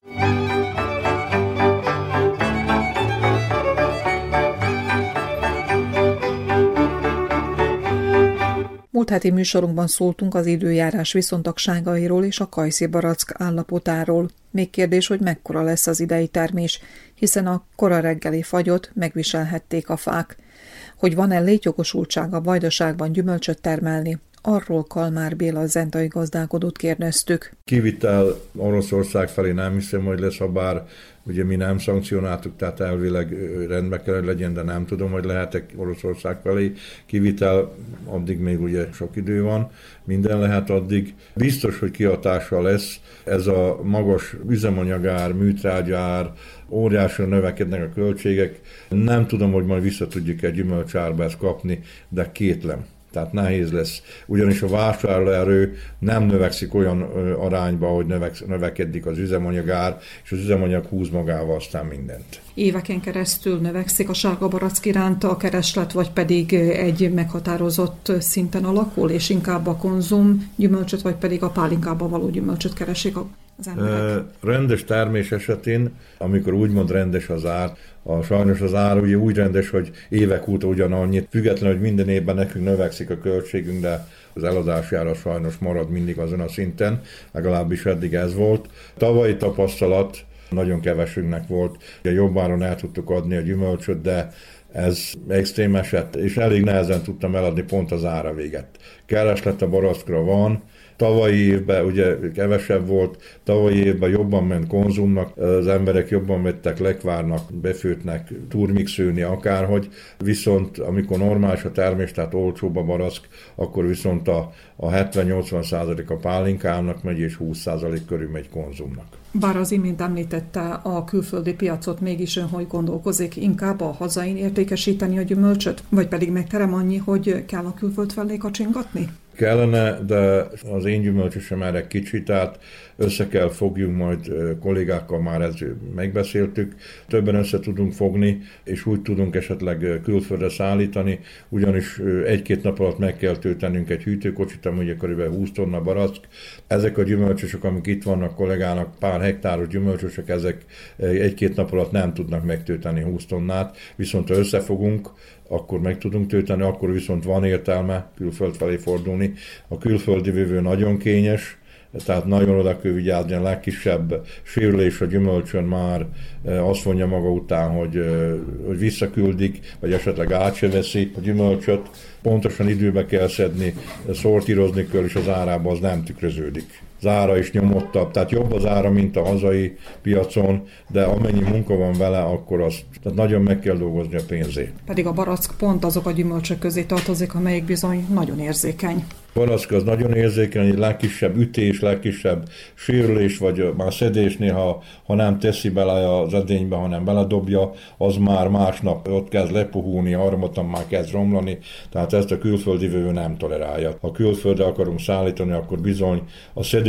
Múlt heti műsorunkban szóltunk az időjárás viszontagságairól és a kajszibarack állapotáról. Még kérdés, hogy mekkora lesz az idei termés, hiszen a kora reggeli fagyot megviselhették a fák. Hogy van-e létjogosultság a Vajdaságban gyümölcsöt termelni, arról Kalmár Béla zentai gazdálkodót kérdeztük. Kivitel Oroszország felé nem hiszem, hogy lesz, ha bár ugye mi nem szankcionáltuk, tehát elvileg rendben kell, hogy legyen, de nem tudom, hogy lehet-e Oroszország felé kivitel, addig még ugye sok idő van, minden lehet addig. Biztos, hogy kihatása lesz ez a magas üzemanyagár, műtrágyár, óriásan növekednek a költségek. Nem tudom, hogy majd vissza tudjuk egy gyümölcsárba ezt kapni, de kétlem. Tehát nehéz lesz. Ugyanis a vásárlóerő nem növekszik olyan arányba, hogy növekedik az üzemanyagár, és az üzemanyag húz magával aztán mindent. Éveken keresztül növekszik a sárga barack iránta a kereslet, vagy pedig egy meghatározott szinten alakul, és inkább a konzum gyümölcsöt, vagy pedig a pálinkába való gyümölcsöt keresik az emberek? Rendes termés esetén, amikor úgymond rendes az ár, a, sajnos az ár ugye úgy rendes, hogy évek óta ugyanannyit, függetlenül, hogy minden évben nekünk növekszik a költségünk, de az eladási ára sajnos marad mindig azon a szinten, legalábbis eddig ez volt. Tavalyi tapasztalat nagyon kevesünknek volt, ugye jobb áron el tudtuk adni a gyümölcsöt, de ez extrém eset, és elég nehezen tudtam eladni pont az ára véget. Kereslet a barackra van, tavalyi évben ugye kevesebb volt, tavalyi évben jobban ment konzumnak, az emberek jobban vettek lekvárnak, befőtnek, turmixölni akárhogy, viszont amikor normális a termés, tehát olcsóbb a barack, akkor viszont a, a hetven-nyolcvan százalék a pálinkának megy, és húsz százalék körül megy konzumnak. Bár az imént említette a külföldi piacot, mégis ön hogy gondolkozik, inkább a hazain értékesíteni a gyümölcsöt, vagy pedig megterem annyi, hogy kell a külföld felé kacsingatni? Kellene, de az én gyümölcsösem erre kicsi, tehát össze kell fogjunk, majd kollégákkal már ezt megbeszéltük, többen össze tudunk fogni, és úgy tudunk esetleg külföldre szállítani, ugyanis egy-két nap alatt meg kell töltenünk egy hűtőkocsit, ami ugye kb. húsz tonna barack. Ezek a gyümölcsösök, amik itt vannak kollégának, pár hektáros gyümölcsösök, ezek egy-két nap alatt nem tudnak megtölteni húsz tonnát, viszont ha összefogunk, akkor meg tudunk tölteni, akkor viszont van értelme külföld felé fordulni. A külföldi vevő nagyon kényes, tehát nagyon oda kell vigyázni, a legkisebb sérülés a gyümölcsön már azt mondja maga után, hogy, hogy visszaküldik, vagy esetleg át se veszi a gyümölcsöt. Pontosan időbe kell szedni, szortírozni kell, és az árába az nem tükröződik. Az ára is nyomottabb, tehát jobb az ára, mint a hazai piacon, de amennyi munka van vele, akkor az, tehát nagyon meg kell dolgozni a pénzét. Pedig a barack pont azok a gyümölcsök közé tartozik, amelyik bizony nagyon érzékeny. Barack az nagyon érzékeny, egy legkisebb ütés, legkisebb sérülés, vagy már szedésnél, ha, ha nem teszi bele az edénybe, hanem beledobja, az már másnap ott kezd lepuhulni, harmadtan már kezd romlani, tehát ezt a külföldi vevő nem tolerálja. Ha külföldre akarunk szállítani, akkor bizony a szedő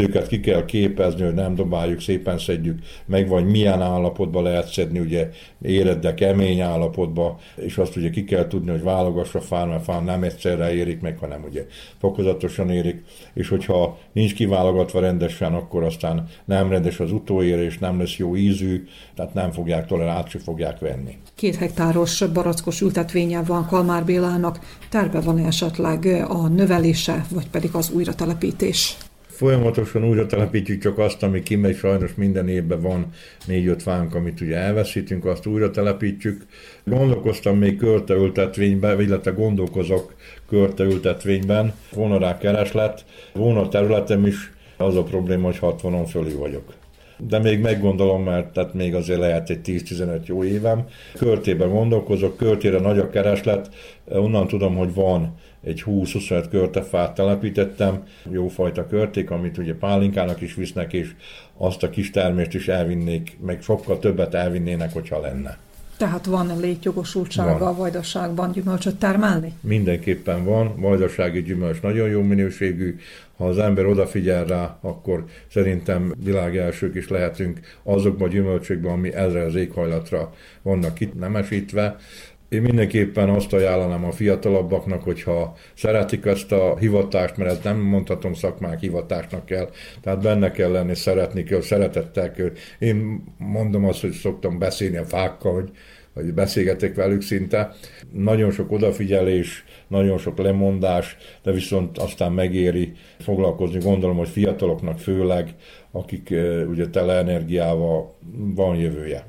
szedőket ki kell képezni, hogy nem dobáljuk, szépen szedjük meg, vagy milyen állapotban lehet szedni, ugye érett, de kemény állapotban, és azt ugye ki kell tudni, hogy válogass a fán, mert a fán nem egyszerre érik meg, hanem ugye fokozatosan érik, és hogyha nincs kiválogatva rendesen, akkor aztán nem rendes az utóérés, nem lesz jó ízű, tehát nem fogják tolerálni, át se fogják venni. Két hektáros barackos ültetvénye van Kalmár Bélának, terve van esetleg a növelése, vagy pedig az újratelepítés? Folyamatosan újra telepítjük, csak azt, ami kimegy, sajnos minden évben van négy-öt fánk, amit ugye elveszítünk, azt újra telepítjük. Gondolkoztam még körteültetvényben, illetve gondolkozok körteültetvényben, volna rá kereslet, volna területem is, az a probléma, hogy hatvanon fölül vagyok. De még meggondolom, mert tehát még azért lehet egy tíz-tizenöt jó évem. Körtében gondolkozok, körtére nagy a kereslet, onnan tudom, hogy van egy húsz-huszonöt körtefát telepítettem, jófajta körték, amit ugye pálinkának is visznek, és azt a kis termést is elvinnék, meg sokkal többet elvinnének, hogyha lenne. Tehát van létjogosultsága a Vajdaságban gyümölcsöt termelni? Mindenképpen van, vajdasági gyümölcs nagyon jó minőségű, ha az ember odafigyel rá, akkor szerintem világ elsők is lehetünk azokban a gyümölcsökben, ami ezre az éghajlatra vannak itt nemesítve. Én mindenképpen azt ajánlanám a fiatalabbaknak, hogyha szeretik ezt a hivatást, mert ezt nem mondhatom szakmák hivatásnak kell, tehát benne kell lenni, szeretni kell, szeretettel kell. Én mondom azt, hogy szoktam beszélni a fákkal, hogy, hogy beszélgetek velük szinte. Nagyon sok odafigyelés, nagyon sok lemondás, de viszont aztán megéri foglalkozni, gondolom, hogy fiataloknak főleg, akik ugye tele energiával van jövője.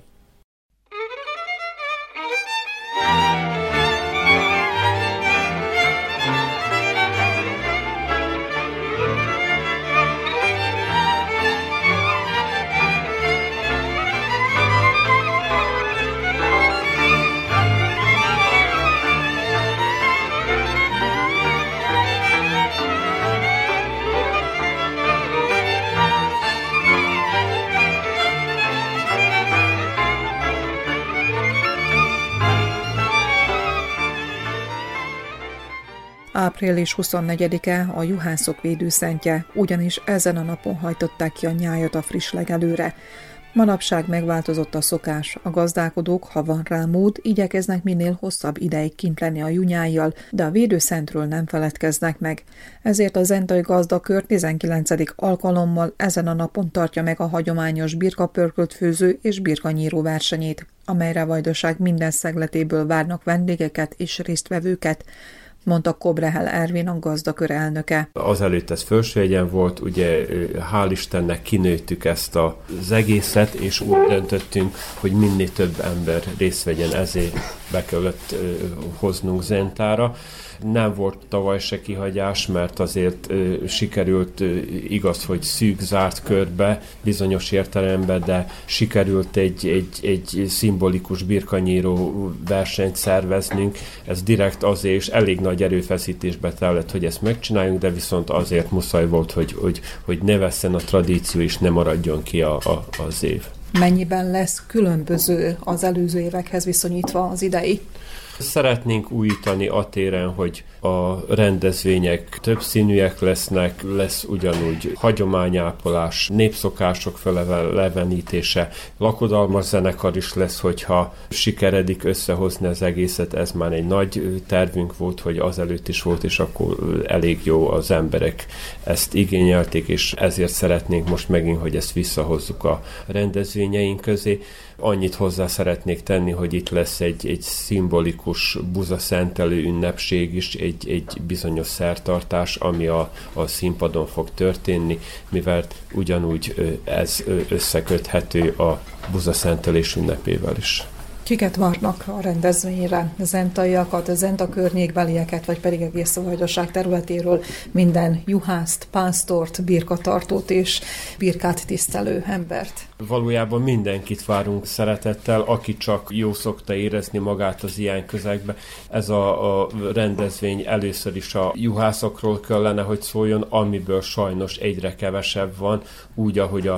április huszonnegyedike a juhászok védőszentje, ugyanis ezen a napon hajtották ki a nyájat a friss legelőre. Manapság megváltozott a szokás, a gazdálkodók, ha van rá mód, igyekeznek minél hosszabb ideig kint lenni a junyájjal, de a védőszentről nem feledkeznek meg. Ezért a zentai gazdakör tizenkilencedik alkalommal ezen a napon tartja meg a hagyományos birkapörkölt főző és birkanyíró versenyét, amelyre a Vajdaság minden szegletéből várnak vendégeket és résztvevőket, mondta Kobrehel Ervin, a gazdakör elnöke. Azelőtt ez fölsőjegyen volt, ugye hál' Istennek kinőttük ezt az egészet, és úgy döntöttünk, hogy minél több ember részt vegyen, ezért be kellett hoznunk Zentára. Nem volt tavaly se kihagyás, mert azért ö, sikerült, ö, igaz, hogy szűk, zárt körbe, bizonyos értelemben, de sikerült egy, egy, egy szimbolikus birkanyíró versenyt szerveznünk. Ez direkt azért, és elég nagy erőfeszítésbe tellett, hogy ezt megcsináljunk, de viszont azért muszáj volt, hogy, hogy, hogy ne vesszen a tradíció, és ne maradjon ki a, a, az év. Mennyiben lesz különböző az előző évekhez viszonyítva az idei? Szeretnénk újítani a téren, hogy a rendezvények többszínűek lesznek, lesz ugyanúgy hagyományápolás, népszokások felevenítése, lakodalmas zenekar is lesz, hogyha sikeredik összehozni az egészet, ez már egy nagy tervünk volt, hogy azelőtt is volt, és akkor elég jó, az emberek ezt igényelték, és ezért szeretnénk most megint, hogy ezt visszahozzuk a rendezvényeink közé. Annyit hozzá szeretnék tenni, hogy itt lesz egy, egy szimbolikus buzaszentelő ünnepség is, egy, egy bizonyos szertartás, ami a, a színpadon fog történni, mivel ugyanúgy ez összeköthető a buzaszentelés ünnepével is. Kiket várnak a rendezvényre? Zentaiakat, a Zenta környékbelieket, vagy pedig egész a Vajdaság területéről minden juhászt, pásztort, birkatartót és birkát tisztelő embert? Valójában mindenkit várunk szeretettel, aki csak jó szokta érezni magát az ilyen közegbe. Ez a, a rendezvény először is a juhászokról kellene, hogy szóljon, amiből sajnos egyre kevesebb van, úgy, ahogy a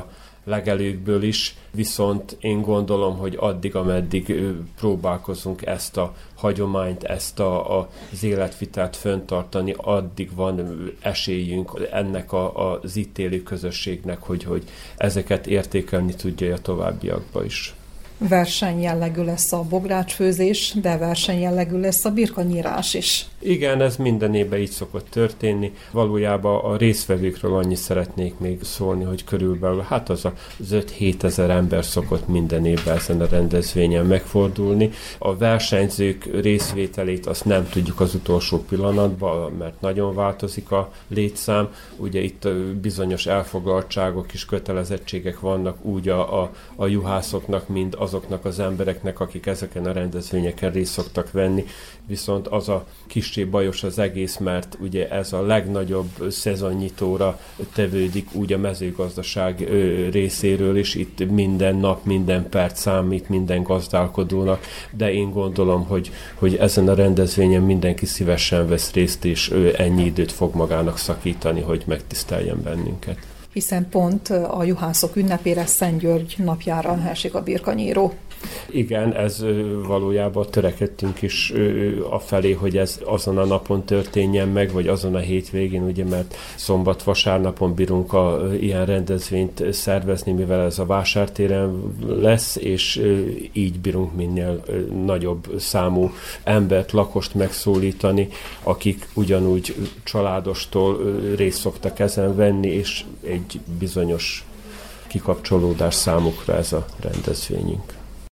legelőkből is, viszont én gondolom, hogy addig, ameddig próbálkozunk ezt a hagyományt, ezt a, a, az életvitelt fenntartani, addig van esélyünk ennek a, a, az itt élő közösségnek, hogy, hogy ezeket értékelni tudja a továbbiakba is. Versenyjellegű lesz a bográcsfőzés, de versenyjellegű lesz a birkanyírás is. Igen, ez minden évben így szokott történni. Valójában a résztvevőkről annyit szeretnék még szólni, hogy körülbelül hát az az öt-hét ezer ember szokott minden évben ezen a rendezvényen megfordulni. A versenyzők részvételét azt nem tudjuk az utolsó pillanatban, mert nagyon változik a létszám. Ugye itt bizonyos elfoglaltságok és kötelezettségek vannak úgy a, a, a juhászoknak, mint azoknak az embereknek, akik ezeken a rendezvényeken részt szoktak venni. Viszont az a kissé bajos az egész, mert ugye ez a legnagyobb szezonnyitóra tevődik úgy a mezőgazdaság részéről is, itt minden nap, minden perc számít minden gazdálkodónak, de én gondolom, hogy, hogy ezen a rendezvényen mindenki szívesen vesz részt, és ő ennyi időt fog magának szakítani, hogy megtiszteljen bennünket. Hiszen pont a juhászok ünnepére, Szent György napjára esik a birkanyíró. Igen, ez valójában törekedtünk is afelé, hogy ez azon a napon történjen meg, vagy azon a hétvégén, ugye, mert szombat-vasárnapon bírunk a, ilyen rendezvényt szervezni, mivel ez a vásártéren lesz, és így bírunk minél nagyobb számú embert, lakost megszólítani, akik ugyanúgy családostól részt szoktak ezen venni, és egy bizonyos kikapcsolódás számukra ez a rendezvényünk.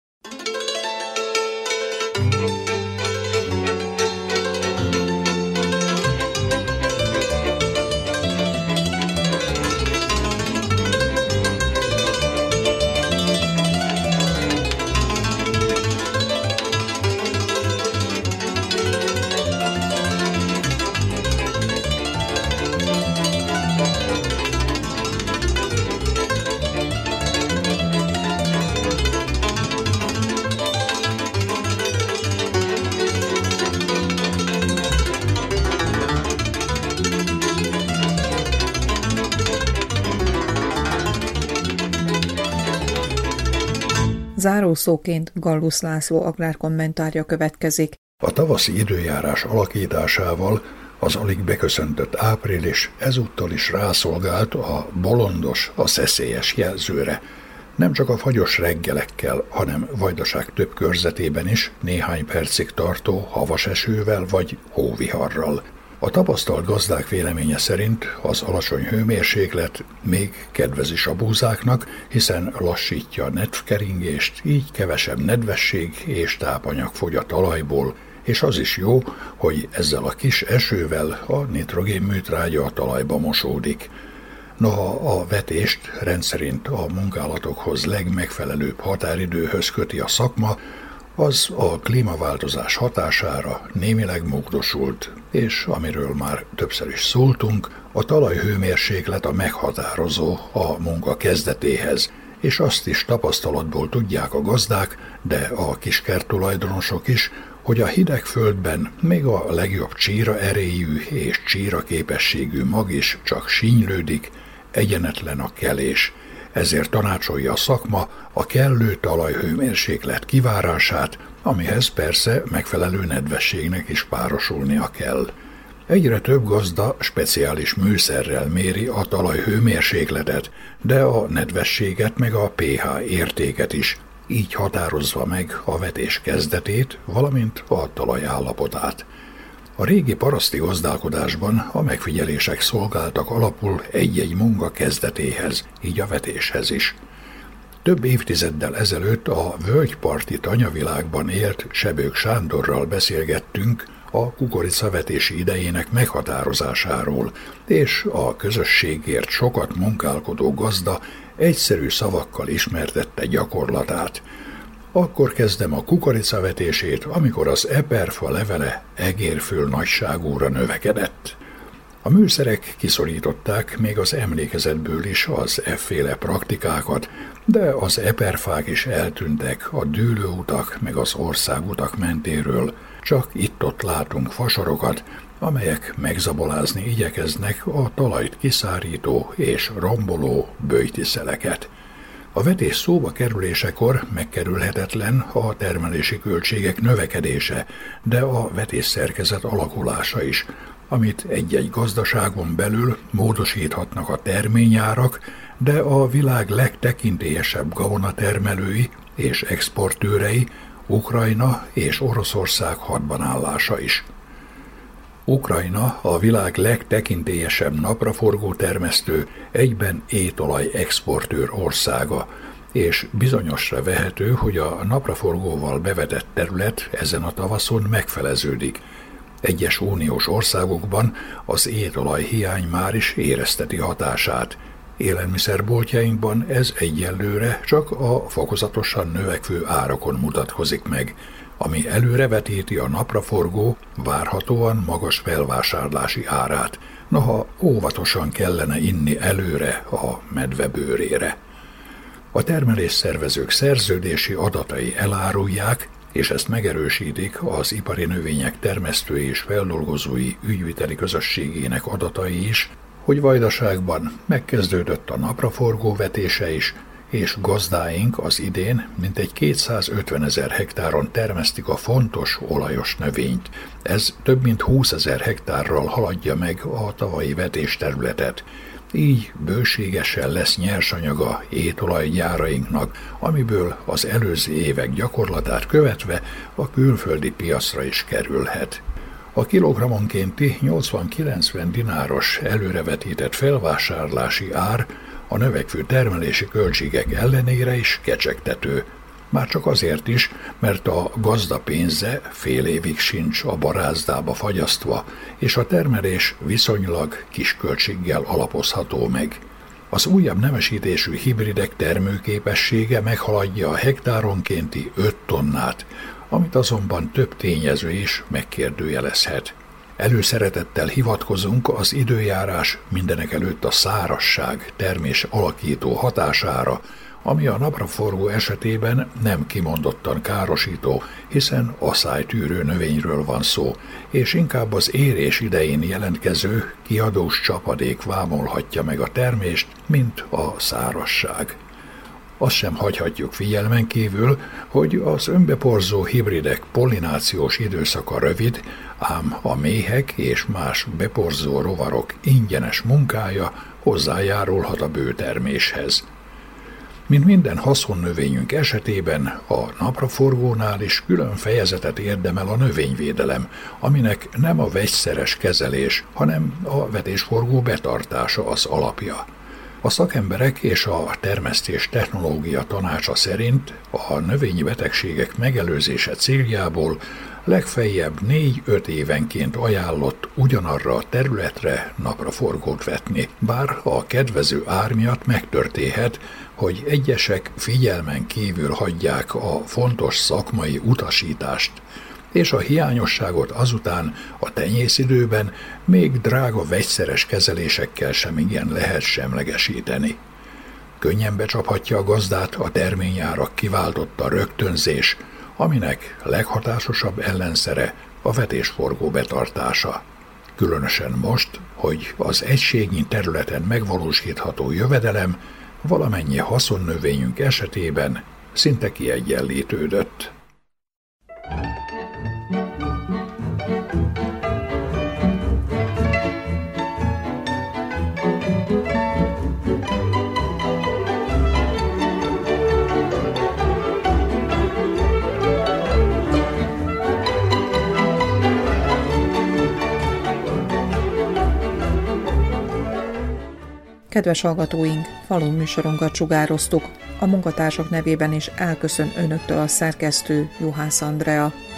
Zárószóként Gallus László agrárkommentárja következik. A tavaszi időjárás alakításával az alig beköszöntött április ezúttal is rászolgált a bolondos, a szeszélyes jelzőre. Nem csak a fagyos reggelekkel, hanem Vajdaság több körzetében is néhány percig tartó havas esővel vagy hóviharral. A tapasztalt gazdák véleménye szerint az alacsony hőmérséklet még kedvez is a búzáknak, hiszen lassítja a nedvkeringést, így kevesebb nedvesség és tápanyag fogy a talajból, és az is jó, hogy ezzel a kis esővel a nitrogénműtrágya a talajba mosódik. Noha a vetést rendszerint a munkálatokhoz legmegfelelőbb határidőhöz köti a szakma, az a klímaváltozás hatására némileg módosult, és amiről már többször is szóltunk, a talajhőmérséklet a meghatározó a munka kezdetéhez, és azt is tapasztalatból tudják a gazdák, de a kiskerttulajdonosok is, hogy a hideg földben még a legjobb csíra erejű és csíra képességű mag is csak sínylődik, egyenetlen a kelés. Ezért tanácsolja a szakma a kellő talajhőmérséklet kivárását, amihez persze megfelelő nedvességnek is párosulnia kell. Egyre több gazda speciális műszerrel méri a talajhőmérsékletet, de a nedvességet meg a pH értéket is, így határozva meg a vetés kezdetét, valamint a talaj állapotát. A régi paraszti gazdálkodásban a megfigyelések szolgáltak alapul egy-egy munka kezdetéhez, így a vetéshez is. Több évtizeddel ezelőtt a völgyparti tanyavilágban élt Sebők Sándorral beszélgettünk a kukoricavetési idejének meghatározásáról, és a közösségért sokat munkálkodó gazda egyszerű szavakkal ismertette gyakorlatát. Akkor kezdem a kukoricavetését, amikor az eperfa levele egérföl nagyságúra növekedett. A műszerek kiszorították még az emlékezetből is az efféle praktikákat, de az eperfák is eltűntek a dűlőutak meg az országutak mentéről. Csak itt-ott látunk fasarokat, amelyek megzabolázni igyekeznek a talajt kiszárító és romboló böjtiszeleket. A vetés szóba kerülésekor megkerülhetetlen a termelési költségek növekedése, de a vetésszerkezet alakulása is, amit egy-egy gazdaságon belül módosíthatnak a terményárak, de a világ legtekintélyesebb gabonatermelői és exportőrei, Ukrajna és Oroszország hadban állása is. Ukrajna a világ legtekintélyesebb napraforgó termesztő, egyben étolaj exportőr országa, és bizonyosra vehető, hogy a napraforgóval bevetett terület ezen a tavaszon megfeleződik. Egyes uniós országokban az étolaj hiány már is érezteti hatását. Élelmiszerboltjainkban ez egyelőre csak a fokozatosan növekvő árakon mutatkozik meg, ami előrevetíti a napraforgó várhatóan magas felvásárlási árát, noha óvatosan kellene inni előre a medve bőrére. A termelésszervezők szerződési adatai elárulják, és ezt megerősítik az ipari növények termesztői és feldolgozói ügyviteli közösségének adatai is, hogy Vajdaságban megkezdődött a napraforgó vetése is, és gazdáink az idén mintegy kétszázötvenezer hektáron termesztik a fontos olajos növényt. Ez több mint húszezer hektárral haladja meg a tavalyi vetésterületet. Így bőségesen lesz nyersanyaga étolajgyárainknak, amiből az előző évek gyakorlatát követve a külföldi piacra is kerülhet. A kilogrammonkénti nyolcvan-kilencven dináros előrevetített felvásárlási ár a növekvő termelési költségek ellenére is kecsegtető. Már csak azért is, mert a gazda pénze fél évig sincs a barázdába fagyasztva, és a termelés viszonylag kis költséggel alapozható meg. Az újabb nemesítésű hibridek termőképessége meghaladja a hektáronkénti öt tonnát, amit azonban több tényező is megkérdőjelezhet. Előszeretettel hivatkozunk az időjárás, mindenekelőtt a szárazság termés alakító hatására, ami a napraforgó esetében nem kimondottan károsító, hiszen aszálytűrő növényről van szó, és inkább az érés idején jelentkező kiadós csapadék vámolhatja meg a termést, mint a szárazság. Azt sem hagyhatjuk figyelmen kívül, hogy az önbeporzó hibridek pollinációs időszaka rövid, ám a méhek és más beporzó rovarok ingyenes munkája hozzájárulhat a bőterméshez. Mint minden haszonnövényünk esetében, a napraforgónál is külön fejezetet érdemel a növényvédelem, aminek nem a vegyszeres kezelés, hanem a vetésforgó betartása az alapja. A szakemberek és a termesztés technológia tanácsa szerint a növényi betegségek megelőzése céljából legfeljebb négy-öt évenként ajánlott ugyanarra a területre napraforgót vetni, bár a kedvező ár miatt megtörténhet, hogy egyesek figyelmen kívül hagyják a fontos szakmai utasítást, és a hiányosságot azután a tenyészidőben még drága vegyszeres kezelésekkel sem igen lehet semlegesíteni. Könnyen becsaphatja a gazdát a terményárak kiváltotta rögtönzés, aminek leghatásosabb ellenszere a vetésforgó betartása. Különösen most, hogy az egységnyi területen megvalósítható jövedelem valamennyi haszonnövényünk esetében szinte kiegyenlítődött. Kedves hallgatóink, Falun műsorunkat sugároztuk. A munkatársak nevében is elköszön önöktől a szerkesztő, Juhász Andrea.